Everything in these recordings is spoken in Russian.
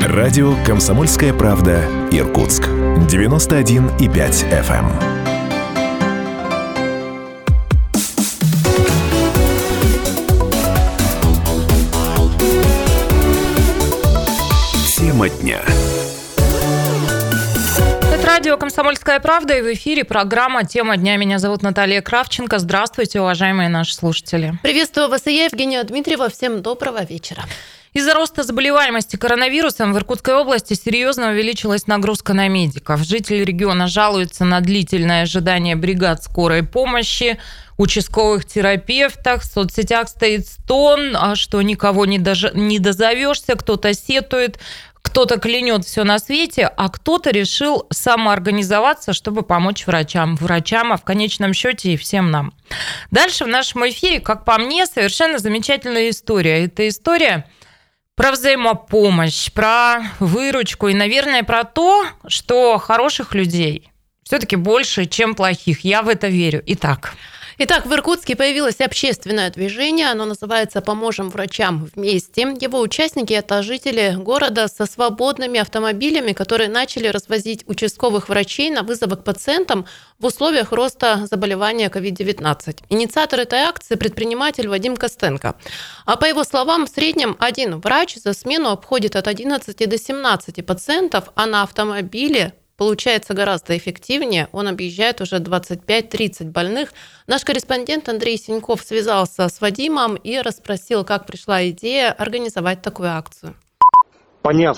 Радио «Комсомольская правда», Иркутск. 91,5 FM. Тема дня. Это радио «Комсомольская правда», и в эфире программа «Тема дня». Меня зовут Наталья Кравченко. Здравствуйте, уважаемые наши слушатели. Приветствую вас и я, Евгения Дмитриева. Всем доброго вечера. Из-за роста заболеваемости коронавирусом в Иркутской области серьезно увеличилась нагрузка на медиков. Жители региона жалуются на длительное ожидание бригад скорой помощи, участковых терапевтов. В соцсетях стоит стон, что никого не дозовешься, кто-то сетует, кто-то клянет все на свете, а кто-то решил самоорганизоваться, чтобы помочь врачам, а в конечном счете и всем нам. Дальше в нашем эфире, как по мне, совершенно замечательная история. Это история про взаимопомощь, про выручку и, наверное, про то, что хороших людей все-таки больше, чем плохих. Я в это верю. Итак, в Иркутске появилось общественное движение, оно называется «Поможем врачам вместе». Его участники – это жители города со свободными автомобилями, которые начали развозить участковых врачей на вызовы к пациентам в условиях роста заболевания COVID-19. Инициатор этой акции – предприниматель Вадим Костенко. А по его словам, в среднем один врач за смену обходит от 11 до 17 пациентов, а на автомобиле получается гораздо эффективнее. Он объезжает уже 25-30 больных. Наш корреспондент Андрей Синьков связался с Вадимом и расспросил, как пришла идея организовать такую акцию. Поняв,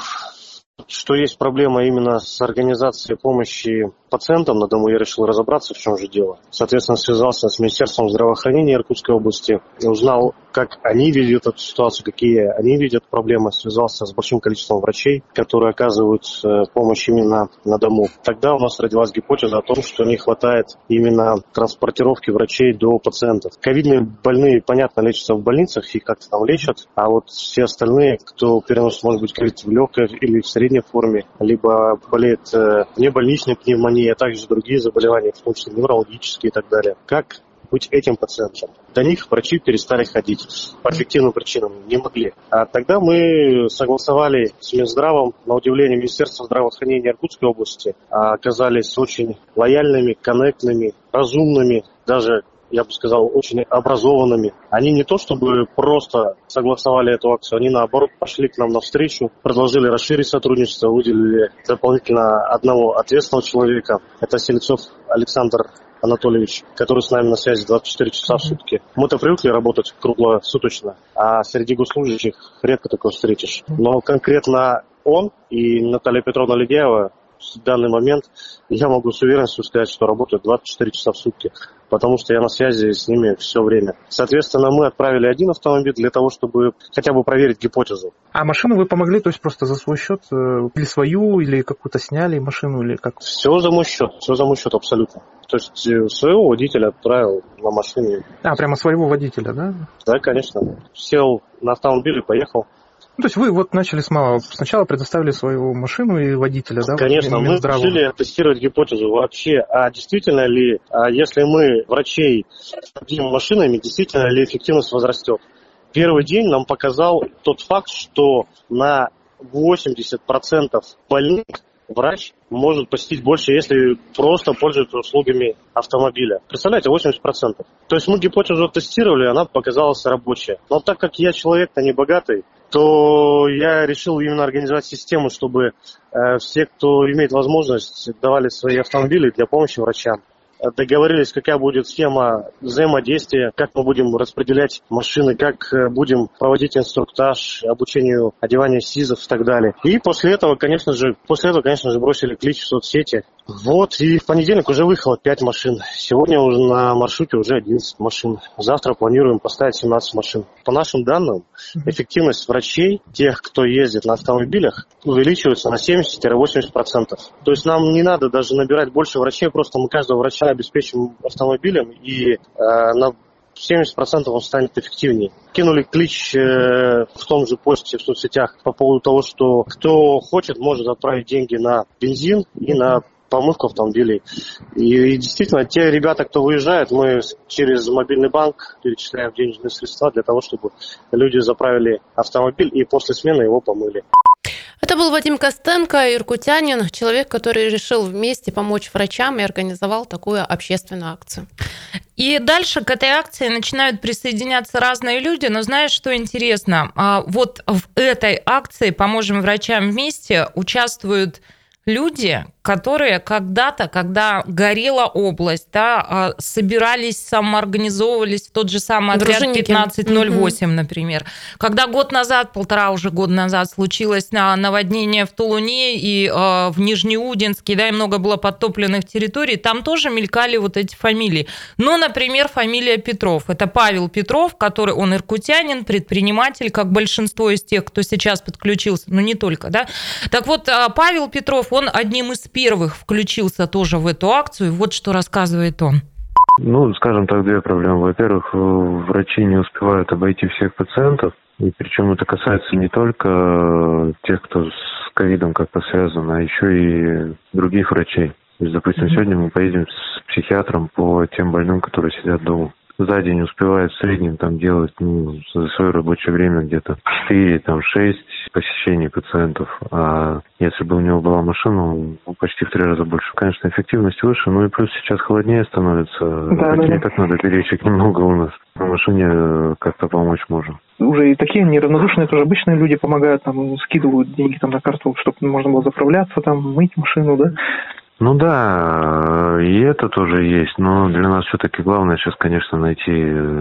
что есть проблема именно с организацией помощи пациентам на дому, я решил разобраться, в чем же дело. Соответственно, связался с Министерством здравоохранения Иркутской области, узнал, как они видят эту ситуацию, какие они видят проблемы, связался с большим количеством врачей, которые оказывают помощь именно на дому. Тогда у нас родилась гипотеза о том, что не хватает именно транспортировки врачей до пациентов. Ковидные больные, понятно, лечатся в больницах, их как-то там лечат, а вот все остальные, кто переносит, может быть, ковид в легкой или в средней форме, либо болеет внебольничной пневмонией, а также другие заболевания, в том числе неврологические и так далее. Как быть этим пациентам? До них врачи перестали ходить. По объективным причинам не могли. А тогда мы согласовали с Минздравом, на удивление Министерства здравоохранения Иркутской области, оказались очень лояльными, коннектными, разумными, даже, я бы сказал, очень образованными. Они не то чтобы просто согласовали эту акцию, они наоборот пошли к нам навстречу, предложили расширить сотрудничество, выделили дополнительно одного ответственного человека. Это Селецов Александр Анатольевич, который с нами на связи 24 часа в сутки. Мы-то привыкли работать круглосуточно, а среди госслужащих редко такое встретишь. Но конкретно он и Наталья Петровна Ледяева в данный момент, я могу с уверенностью сказать, что работают 24 часа в сутки, потому что я на связи с ними все время. Соответственно, мы отправили один автомобиль для того, чтобы хотя бы проверить гипотезу. А машину вы помогли, то есть просто за свой счет, или свою, или какую-то сняли машину, или как? Все за мой счет абсолютно. То есть своего водителя отправил на машине. Прямо своего водителя, да? Да, конечно. Сел на автомобиль и поехал. То есть вы вот начали с малого. Сначала предоставили свою машину и водителя, да? Конечно, мы решили тестировать гипотезу вообще, а действительно ли, если мы врачей снабдим машинами, действительно ли эффективность возрастет. Первый день нам показал тот факт, что на 80% больных врач может посетить больше, если просто пользуется услугами автомобиля. Представляете, 80%. То есть мы гипотезу тестировали, она показалась рабочая. Но так как я человек-то не богатый, то я решил именно организовать систему, чтобы все, кто имеет возможность, давали свои автомобили для помощи врачам. Договорились, какая будет схема взаимодействия, как мы будем распределять машины, как будем проводить инструктаж, обучению одевания СИЗов и так далее. И после этого, конечно же, бросили клич в соцсети. Вот, и в понедельник уже выехало 5 машин. Сегодня уже на маршруте уже 11 машин. Завтра планируем поставить 17 машин. По нашим данным, эффективность врачей, тех, кто ездит на автомобилях, увеличивается на 70-80%. То есть нам не надо даже набирать больше врачей, просто мы каждого врача обеспечим автомобилем, и на 70% он станет эффективнее. Кинули клич в том же посте в соцсетях по поводу того, что кто хочет, может отправить деньги на бензин и на помывку автомобилей. И действительно, те ребята, кто выезжает, мы через мобильный банк перечисляем денежные средства для того, чтобы люди заправили автомобиль и после смены его помыли. Это был Вадим Костенко, иркутянин, человек, который решил вместе помочь врачам и организовал такую общественную акцию. И дальше к этой акции начинают присоединяться разные люди, но знаешь, что интересно? Вот в этой акции «Поможем врачам вместе» участвуют люди, которые когда-то, когда горела область, да, собирались, самоорганизовывались в тот же самый отряд 1508, например. Когда полтора года назад случилось наводнение в Тулуне и в Нижнеудинске, да, и много было подтопленных территорий, там тоже мелькали вот эти фамилии. Ну, например, фамилия Петров. Это Павел Петров, который, он иркутянин, предприниматель, как большинство из тех, кто сейчас подключился, но не только, да. Так вот, Павел Петров, он одним из первых включился тоже в эту акцию. Вот что рассказывает он. Ну, скажем так, две проблемы. Во-первых, врачи не успевают обойти всех пациентов. И причем это касается не только тех, кто с ковидом как-то связан, а еще и других врачей. То есть, допустим, сегодня мы поедем с психиатром по тем больным, которые сидят дома. За день успевает в среднем там делать за свое рабочее время где-то 4-6 посещений пациентов. А если бы у него была машина, почти в 3 раза больше. Конечно, эффективность выше, ну и плюс сейчас холоднее становится. Не так надо переезжать немного у нас. На машине как-то помочь можем. Уже и такие неравнодушные тоже обычные люди помогают, там скидывают деньги там на карту, чтобы можно было заправляться, там мыть машину, да. Ну да, и это тоже есть, но для нас все-таки главное сейчас, конечно, найти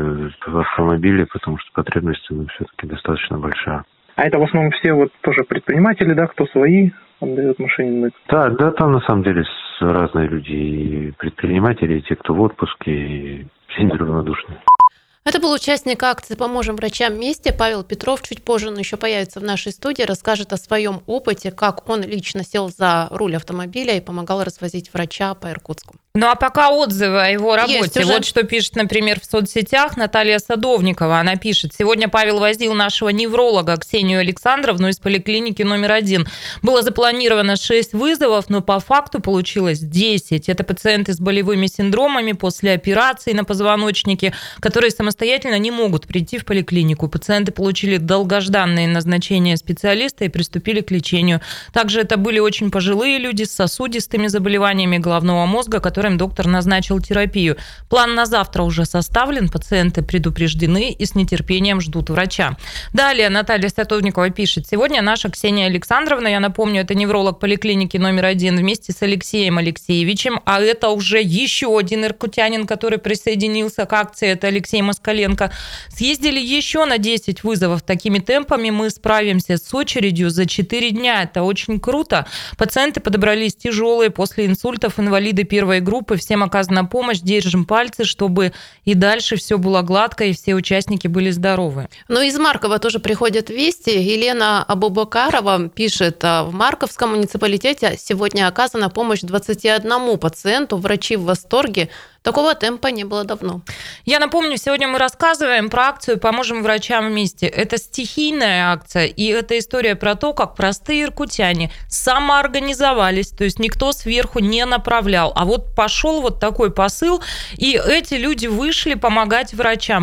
автомобили, потому что потребность все-таки достаточно большая. А это в основном все вот тоже предприниматели, да, кто свои отдает машины? Да, там на самом деле разные люди, и предприниматели, и те, кто в отпуске, и все неравнодушные. Это был участник акции «Поможем врачам вместе» Павел Петров. Чуть позже он еще появится в нашей студии, расскажет о своем опыте, как он лично сел за руль автомобиля и помогал развозить врача по Иркутску. Ну а пока отзывы о его работе. Вот что пишет, например, в соцсетях Наталья Садовникова. Она пишет: сегодня Павел возил нашего невролога Ксению Александровну из поликлиники номер 1. Было запланировано 6 вызовов, но по факту получилось 10. Это пациенты с болевыми синдромами после операции на позвоночнике, которые самостоятельно не могут прийти в поликлинику. Пациенты получили долгожданные назначения специалиста и приступили к лечению. Также это были очень пожилые люди с сосудистыми заболеваниями головного мозга, которым доктор назначил терапию. План на завтра уже составлен, пациенты предупреждены и с нетерпением ждут врача. Далее Наталья Садовникова пишет: сегодня наша Ксения Александровна, я напомню, это невролог поликлиники номер 1, вместе с Алексеем Алексеевичем, а это уже еще один иркутянин, который присоединился к акции, это Алексей Москаленко, съездили еще на 10 вызовов. Такими темпами мы справимся с очередью за 4 дня. Это очень круто. Пациенты подобрались тяжелые, после инсультов, инвалиды первой группы. Всем оказана помощь. Держим пальцы, чтобы и дальше все было гладко, и все участники были здоровы. Ну, из Маркова тоже приходят вести. Елена Абубакарова пишет: в Марковском муниципалитете сегодня оказана помощь 21 пациенту. Врачи в восторге. Такого темпа не было давно. Я напомню, сегодня мы рассказываем про акцию «Поможем врачам вместе». Это стихийная акция, и это история про то, как простые иркутяне самоорганизовались, то есть никто сверху не направлял. А вот пошел вот такой посыл, и эти люди вышли помогать врачам,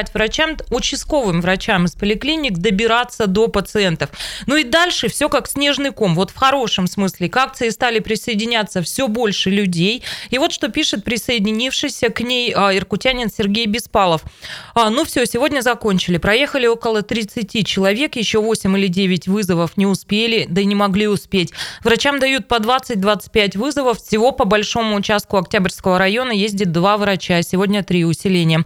участковым врачам из поликлиник добираться до пациентов. Ну и дальше все как снежный ком, вот в хорошем смысле. К акции стали присоединяться все больше людей. И вот что пишет присоединившийся к ней иркутянин Сергей Беспалов. Ну все, сегодня закончили. Проехали около 30 человек, еще 8 или 9 вызовов не успели, да и не могли успеть. Врачам дают по 20-25 вызовов. Всего по большому участку Октябрьского района ездит 2 врача, сегодня 3 усиления.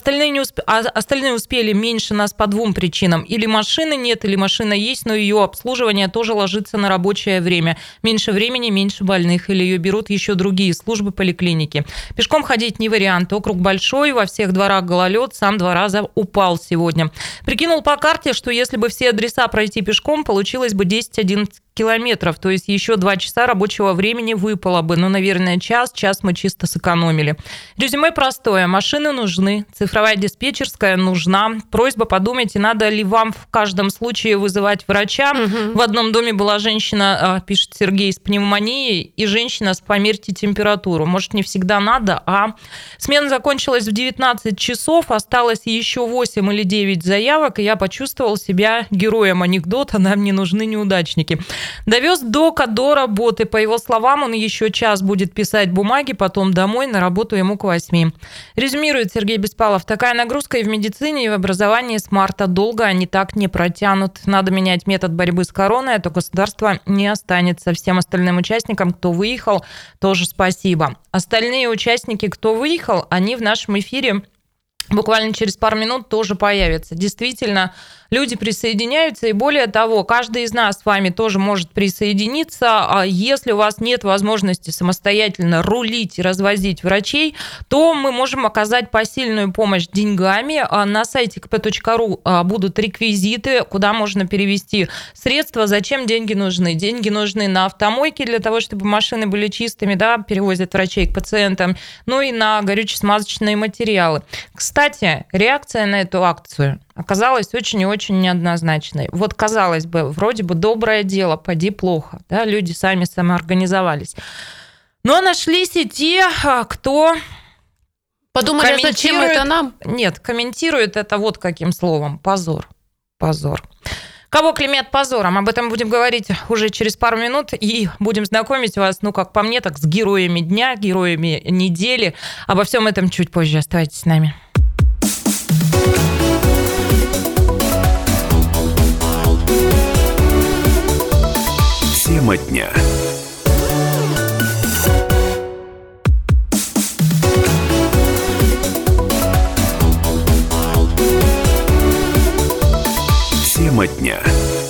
Остальные успели меньше нас по 2 причинам. Или машины нет, или машина есть, но ее обслуживание тоже ложится на рабочее время. Меньше времени, меньше больных, или ее берут еще другие службы поликлиники. Пешком ходить не вариант. Округ большой, во всех дворах гололед, сам 2 раза упал сегодня. Прикинул по карте, что если бы все адреса пройти пешком, получилось бы 10-11 километров, то есть еще 2 часа рабочего времени выпало бы. Ну, наверное, час мы чисто сэкономили. Резюме простое. Машины нужны, цифровая диспетчерская нужна. Просьба, подумайте, надо ли вам в каждом случае вызывать врача. В одном доме была женщина, пишет Сергей, с пневмонией, и женщина с «померьте температуру». Может, не всегда надо, а... Смена закончилась в 19 часов, осталось еще 8 или 9 заявок, и я почувствовал себя героем анекдота «Нам не нужны неудачники». Довез дока до работы. По его словам, он еще час будет писать бумаги, потом домой, на работу ему к 8. Резюмирует Сергей Беспалов. Такая нагрузка и в медицине, и в образовании с марта долго они так не протянут. Надо менять метод борьбы с короной, а то государство не останется. Всем остальным участникам, кто выехал, тоже спасибо. Остальные участники, кто выехал, они в нашем эфире буквально через пару минут тоже появятся. Действительно, люди присоединяются, и более того, каждый из нас с вами тоже может присоединиться. А если у вас нет возможности самостоятельно рулить и развозить врачей, то мы можем оказать посильную помощь деньгами. На сайте kp.ru будут реквизиты, куда можно перевести средства. Зачем деньги нужны? Деньги нужны на автомойки для того, чтобы машины были чистыми, да, перевозят врачей к пациентам, ну и на горюче-смазочные материалы. Кстати, реакция на эту акцию оказалась очень и очень неоднозначной. Вот, казалось бы, вроде бы доброе дело, поди плохо, да, люди сами самоорганизовались. Но нашлись и те, кто... Подумали, зачем это нам? Нет, комментирует это вот каким словом. Позор. Позор. Кого клеймят позором? Об этом будем говорить уже через пару минут. И будем знакомить вас, ну, как по мне, так с героями дня, героями недели. Обо всем этом чуть позже. Оставайтесь с нами. Тема дня. Тема дня.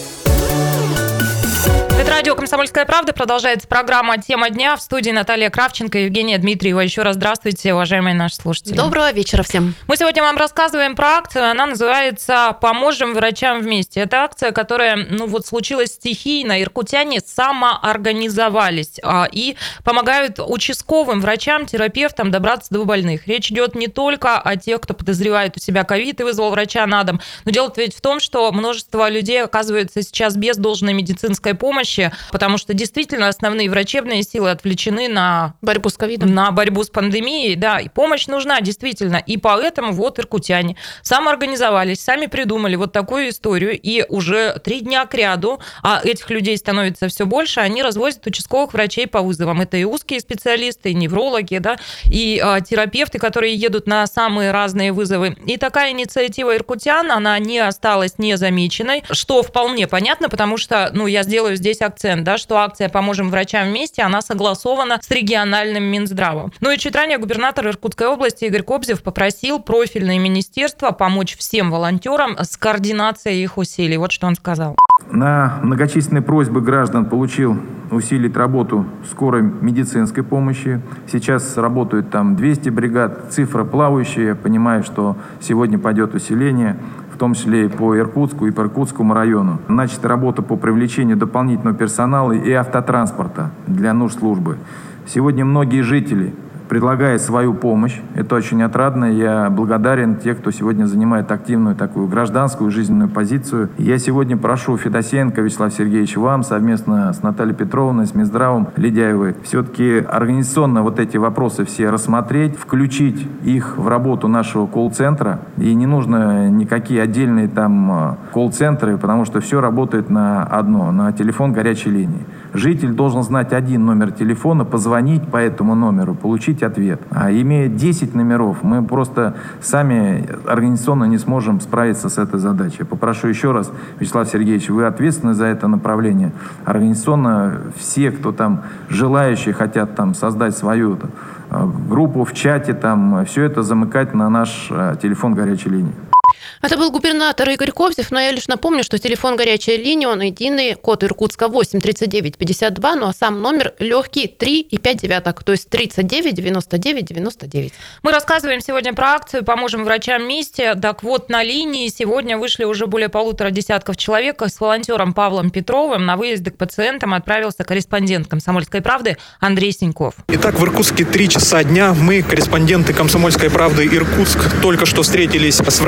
Это радио «Комсомольская правда». Продолжается программа «Тема дня». В студии Наталья Кравченко и Евгения Дмитриева. Еще раз здравствуйте, уважаемые наши слушатели. Доброго вечера всем. Мы сегодня вам рассказываем про акцию. Она называется «Поможем врачам вместе». Это акция, которая, случилась стихийно. Иркутяне самоорганизовались и помогают участковым врачам, терапевтам добраться до больных. Речь идет не только о тех, кто подозревает у себя ковид и вызвал врача на дом. Но дело ведь в том, что множество людей оказывается сейчас без должной медицинской помощи, потому что действительно основные врачебные силы отвлечены на борьбу с ковидом, на борьбу с пандемией, да, и помощь нужна действительно. И поэтому вот иркутяне самоорганизовались, сами придумали вот такую историю, и уже 3 дня кряду, а этих людей становится все больше, они развозят участковых врачей по вызовам. Это и узкие специалисты, и неврологи, да, и терапевты, которые едут на самые разные вызовы. И такая инициатива иркутян, она не осталась незамеченной, что вполне понятно, потому что, я сделаю здесь акцент, да, что акция «Поможем врачам вместе», она согласована с региональным Минздравом. Ну и чуть ранее губернатор Иркутской области Игорь Кобзев попросил профильное министерство помочь всем волонтерам с координацией их усилий. Вот что он сказал. На многочисленные просьбы граждан получил усилить работу скорой медицинской помощи. Сейчас работают там 200 бригад, цифра плавающая. Я понимаю, что сегодня пойдет усиление, в том числе и по Иркутску, и по Иркутскому району. Начата работа по привлечению дополнительного персонала и автотранспорта для нужд службы. Сегодня многие жители предлагает свою помощь. Это очень отрадно. Я благодарен тех, кто сегодня занимает активную такую гражданскую жизненную позицию. Я сегодня прошу Федосеенко Вячеслав Сергеевич, вам совместно с Натальей Петровной, с Минздравом Ледяевой, все-таки организационно вот эти вопросы все рассмотреть, включить их в работу нашего колл-центра. И не нужно никакие отдельные там колл-центры, потому что все работает на одно, на телефон горячей линии. Житель должен знать один номер телефона, позвонить по этому номеру, получить ответ. А имея 10 номеров, мы просто сами организационно не сможем справиться с этой задачей. Попрошу еще раз, Вячеслав Сергеевич, вы ответственны за это направление. Организационно все, кто там желающие, хотят там создать свою группу в чате, там все это замыкать на наш телефон горячей линии. Это был губернатор Игорь Кобзев, но я лишь напомню, что телефон горячей линии, он единый, код Иркутска 8 39 52, ну а сам номер легкий 3 и 5 девяток, то есть 39 99 99. Мы рассказываем сегодня про акцию «Поможем врачам вместе». Так вот, на линии сегодня вышли уже более 1,5 десятка человек. С волонтером Павлом Петровым на выезды к пациентам отправился корреспондент «Комсомольской правды» Андрей Синьков. Итак, в Иркутске 3 часа дня. Мы, корреспонденты «Комсомольской правды» Иркутск, только что встретились с врачом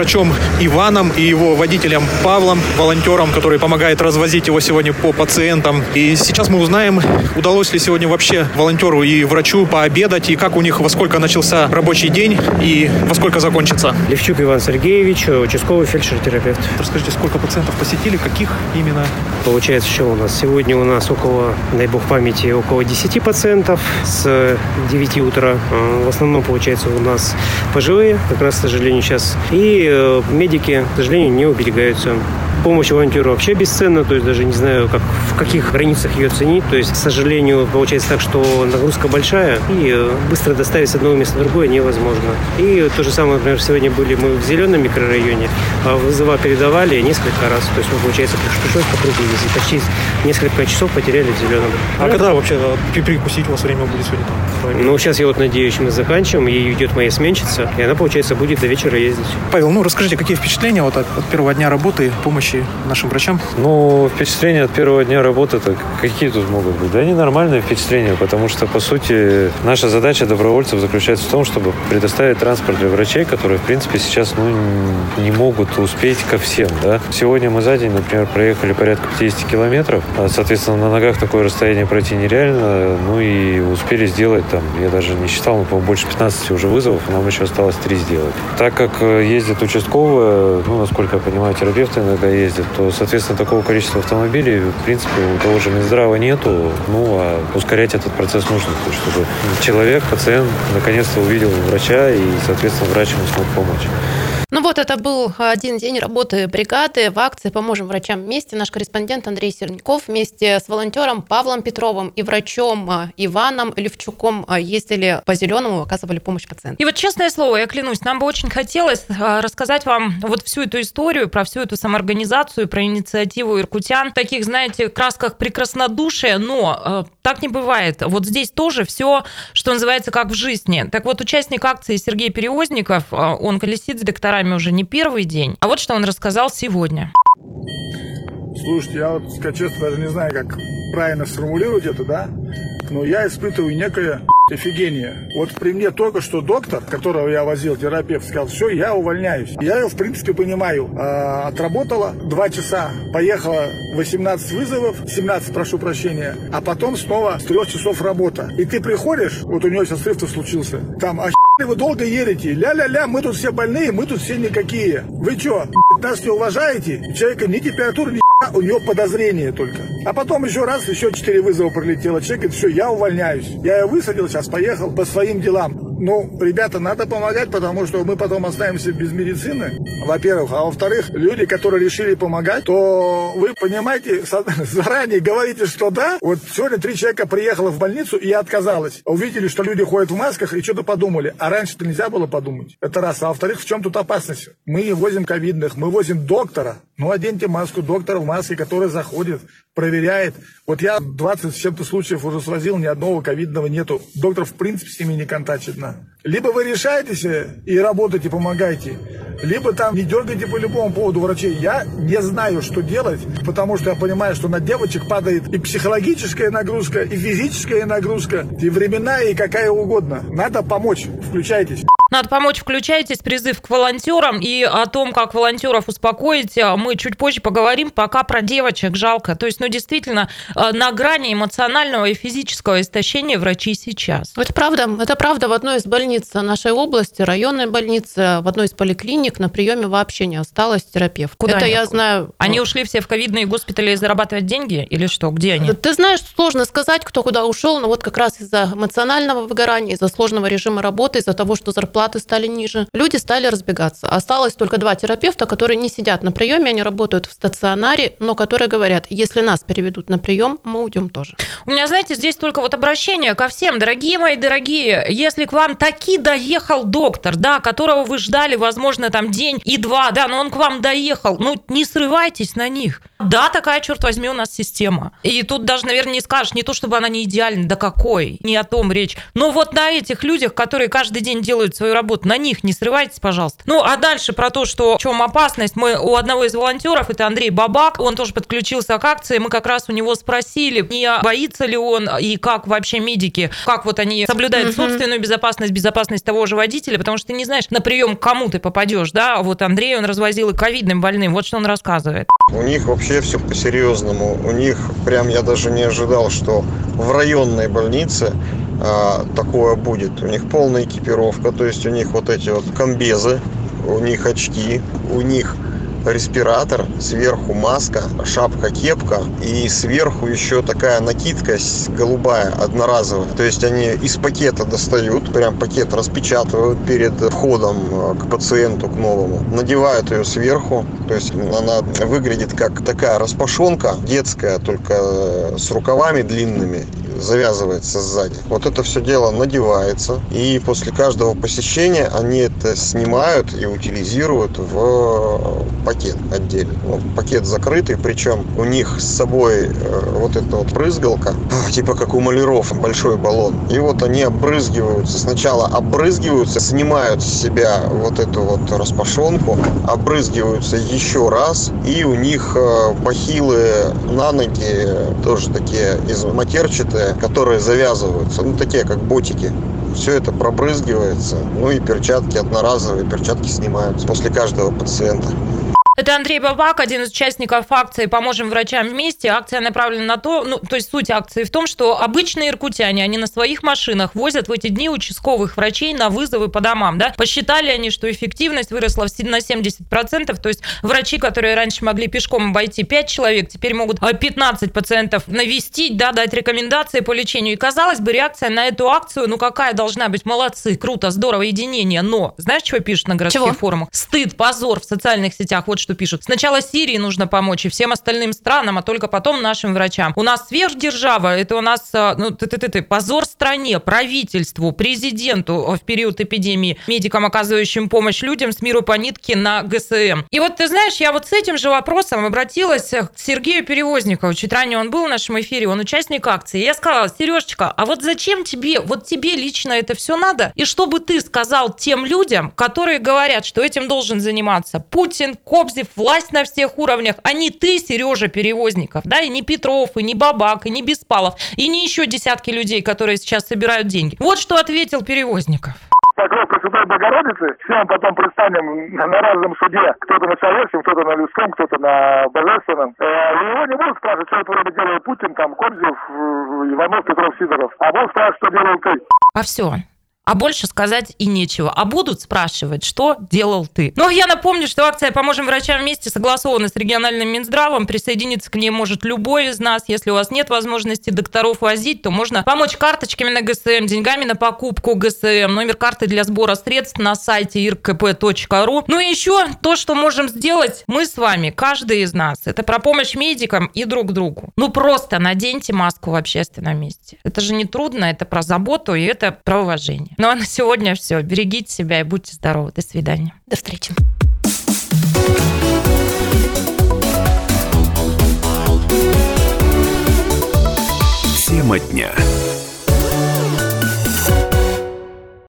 Иваном и его водителем Павлом, волонтером, который помогает развозить его сегодня по пациентам. И сейчас мы узнаем, удалось ли сегодня вообще волонтеру и врачу пообедать, и как у них, во сколько начался рабочий день и во сколько закончится. Левчук Иван Сергеевич, участковый фельдшер-терапевт. Расскажите, сколько пациентов посетили, каких именно? Получается, что у нас? Сегодня у нас около, дай бог памяти, около 10 пациентов с 9 утра. В основном, получается, у нас пожилые, как раз, к сожалению, сейчас. И медики, к сожалению, не уберегаются. Помощь волонтеру вообще бесценна, то есть даже не знаю, в каких границах ее ценить. То есть, к сожалению, получается так, что нагрузка большая, и быстро доставить с одного места в другое невозможно. И то же самое, например, сегодня были мы в зеленом микрорайоне, а вызова передавали несколько раз. То есть, получается, пришлось по кругу ездить. Почти несколько часов потеряли в зеленом. А когда вообще перекусить у вас время будет сегодня? Ну, сейчас я надеюсь, мы заканчиваем, ей идет моя сменщица, и она, получается, будет до вечера ездить. Павел, расскажите, какие впечатления от первого дня работы, помощи нашим врачам? Впечатления от первого дня работы-то какие тут могут быть? Да, они нормальные впечатления, потому что, по сути, наша задача добровольцев заключается в том, чтобы предоставить транспорт для врачей, которые, в принципе, сейчас не могут успеть ко всем. Да? Сегодня мы за день, например, проехали порядка 50 километров, соответственно, на ногах такое расстояние пройти нереально, и успели сделать я даже не считал, по-моему, больше 15 уже вызовов, нам еще осталось 3 сделать. Так как ездят участковые, насколько я понимаю, терапевты иногда ездят, то, соответственно, такого количества автомобилей, в принципе, у того же Минздрава нету, а ускорять этот процесс нужно, чтобы человек, пациент, наконец-то увидел врача, и, соответственно, врач ему смог помочь. Это был один день работы бригады в акции «Поможем врачам вместе». Наш корреспондент Андрей Серняков вместе с волонтером Павлом Петровым и врачом Иваном Левчуком ездили по Зеленому, оказывали помощь пациентам. И честное слово, я клянусь, нам бы очень хотелось рассказать вам всю эту историю, про всю эту самоорганизацию, про инициативу иркутян в таких, знаете, красках прекраснодушия, но так не бывает. Здесь тоже все, что называется, как в жизни. Так участник акции Сергей Перевозников, он колесит с докторами уже не первый день. А что он рассказал сегодня. Слушайте, я честно даже не знаю, как правильно сформулировать это, да? Но я испытываю некое офигение. При мне только что доктор, которого я возил, терапевт, сказал: все, я увольняюсь. Я ее, в принципе, понимаю. Отработала 2 часа, поехала 18 вызовов, 17, прошу прощения, а потом снова с 3 часов работа. И ты приходишь, у нее сейчас срыв-то случился, там, вы долго едете, ля-ля-ля, мы тут все больные, мы тут все никакие. Вы что, нас не уважаете? У человека ни температура, ни у него подозрение только. А потом еще 4 вызова пролетело. Человек говорит: все, я увольняюсь. Я ее высадил, сейчас поехал по своим делам. Ребята, надо помогать, потому что мы потом останемся без медицины, во-первых. А во-вторых, люди, которые решили помогать, то вы понимаете, заранее говорите, что да. Сегодня 3 человека приехало в больницу и отказалось. Увидели, что люди ходят в масках и что-то подумали. А раньше-то нельзя было подумать. Это раз. А во-вторых, в чем тут опасность? Мы не возим ковидных, мы возим доктора. Оденьте маску доктора в маске, который заходит, проверяет. Я 20 с чем-то случаев уже свозил, ни одного ковидного нету. Доктор, в принципе, с ними не контачит. Либо вы решаетесь и работаете, помогаете, либо не дергайте по любому поводу врачей. Я не знаю, что делать, потому что я понимаю, что на девочек падает и психологическая нагрузка, и физическая нагрузка, и временная, и какая угодно. Надо помочь. Включайтесь. Надо помочь, включайтесь, призыв к волонтерам. И о том, как волонтеров успокоить, мы чуть позже поговорим. Пока про девочек жалко. То есть, действительно, на грани эмоционального и физического истощения врачи сейчас. Это правда. В одной из больниц нашей области, районной больнице, в одной из поликлиник на приеме вообще не осталось терапевтов. Куда это они? Я знаю. Они ушли все в ковидные госпитали зарабатывать деньги? Или что? Где они? Ты знаешь, сложно сказать, кто куда ушел, но как раз из-за эмоционального выгорания, из-за сложного режима работы, из-за того, что зарплаты стали ниже, люди стали разбегаться. Осталось только 2 терапевта, которые не сидят на приеме, они работают в стационаре, но которые говорят: если нас переведут на прием, мы уйдем тоже. У меня, знаете, здесь только обращение ко всем. Дорогие мои дорогие, если к вам таки доехал доктор, да, которого вы ждали, возможно, день и 2, да, но он к вам доехал, не срывайтесь на них. Да, такая, черт возьми, у нас система. И тут даже, наверное, не скажешь, не то, чтобы она не идеальна, да какой, не о том речь. Но на этих людях, которые каждый день делают свою свою работу. На них не срывайтесь, пожалуйста. Ну, а дальше про то, что в чем опасность. Мы у одного из волонтеров, это Андрей Бабак, он тоже подключился к акции, мы как раз у него спросили, не боится ли он и как вообще медики, как вот они соблюдают собственную безопасность, безопасность того же водителя, потому что ты не знаешь, на прием к кому ты попадешь, да? Вот Андрей, он развозил и ковидным больным, вот что он рассказывает. У них вообще все по-серьезному. У них прям я даже не ожидал, что в районной больнице такое будет. У них полная экипировка, то есть у них вот эти вот комбезы, у них очки, у них респиратор, сверху маска, шапка-кепка и сверху еще такая накидка голубая, одноразовая. То есть они из пакета достают, прям пакет распечатывают перед входом к пациенту, к новому. Надевают ее сверху, то есть она выглядит как такая распашонка детская, только с рукавами длинными, завязывается сзади. Вот это все дело надевается, и после каждого посещения они это снимают и утилизируют в пакет отдельно. Ну, пакет закрытый, причем у них с собой вот эта вот брызгалка, типа как у маляров, большой баллон. И вот они обрызгиваются. Сначала обрызгиваются, снимают с себя вот эту вот распашонку, обрызгиваются еще раз, и у них бахилы на ноги тоже такие матерчатые, которые завязываются, ну такие как ботики. Все это пробрызгивается, ну и перчатки одноразовые, перчатки снимаются после каждого пациента. Это Андрей Бабак, один из участников акции «Поможем врачам вместе». Акция направлена на то, то есть суть акции в том, что обычные иркутяне, они на своих машинах возят в эти дни участковых врачей на вызовы по домам, да. Посчитали они, что эффективность выросла на 70%, то есть врачи, которые раньше могли пешком обойти 5 человек, теперь могут 15 пациентов навестить, да, дать рекомендации по лечению. И, казалось бы, реакция на эту акцию, какая должна быть? Молодцы, круто, здорово, единение. Но, знаешь, что пишут на городских форумах? Стыд, позор в социальных сетях, вот что пишут. Сначала Сирии нужно помочь и всем остальным странам, а только потом нашим врачам. У нас сверхдержава, это у нас позор стране, правительству, президенту в период эпидемии, медикам, оказывающим помощь людям с миру по нитке на ГСМ. И вот ты знаешь, я вот с этим же вопросом обратилась к Сергею Перевозникову. Чуть ранее он был в нашем эфире, он участник акции. Я сказала: Сережечка, а вот зачем тебе, вот тебе лично это все надо? И что бы ты сказал тем людям, которые говорят, что этим должен заниматься Путин, Кобзев, власть на всех уровнях, а не ты, Сережа Перевозников, да, и не Петров, и не Бабак, и не Беспалов, и не еще десятки людей, которые сейчас собирают деньги. Вот что ответил Перевозников. Покров Пресвятой Богородицы, всем потом предстанем на разном суде. Кто-то на человеческом, кто-то на людском, кто-то на божественном. Его не будут спрашивать, что это вроде делает Путин, там, Кобзев, Иванов, Петров, Сидоров. А будут спрашивать, что делал ты. А все. А больше сказать и нечего. А будут спрашивать, что делал ты. Но я напомню, что акция «Поможем врачам вместе» согласована с региональным Минздравом. Присоединиться к ней может любой из нас. Если у вас нет возможности докторов возить, то можно помочь карточками на ГСМ, деньгами на покупку ГСМ, номер карты для сбора средств на сайте irkp.ru. Ну и еще то, что можем сделать мы с вами, каждый из нас. Это про помощь медикам и друг другу. Просто наденьте маску в общественном месте. Это же не трудно, это про заботу и это про уважение. Ну а на сегодня все. Берегите себя и будьте здоровы. До свидания. До встречи. Тема дня.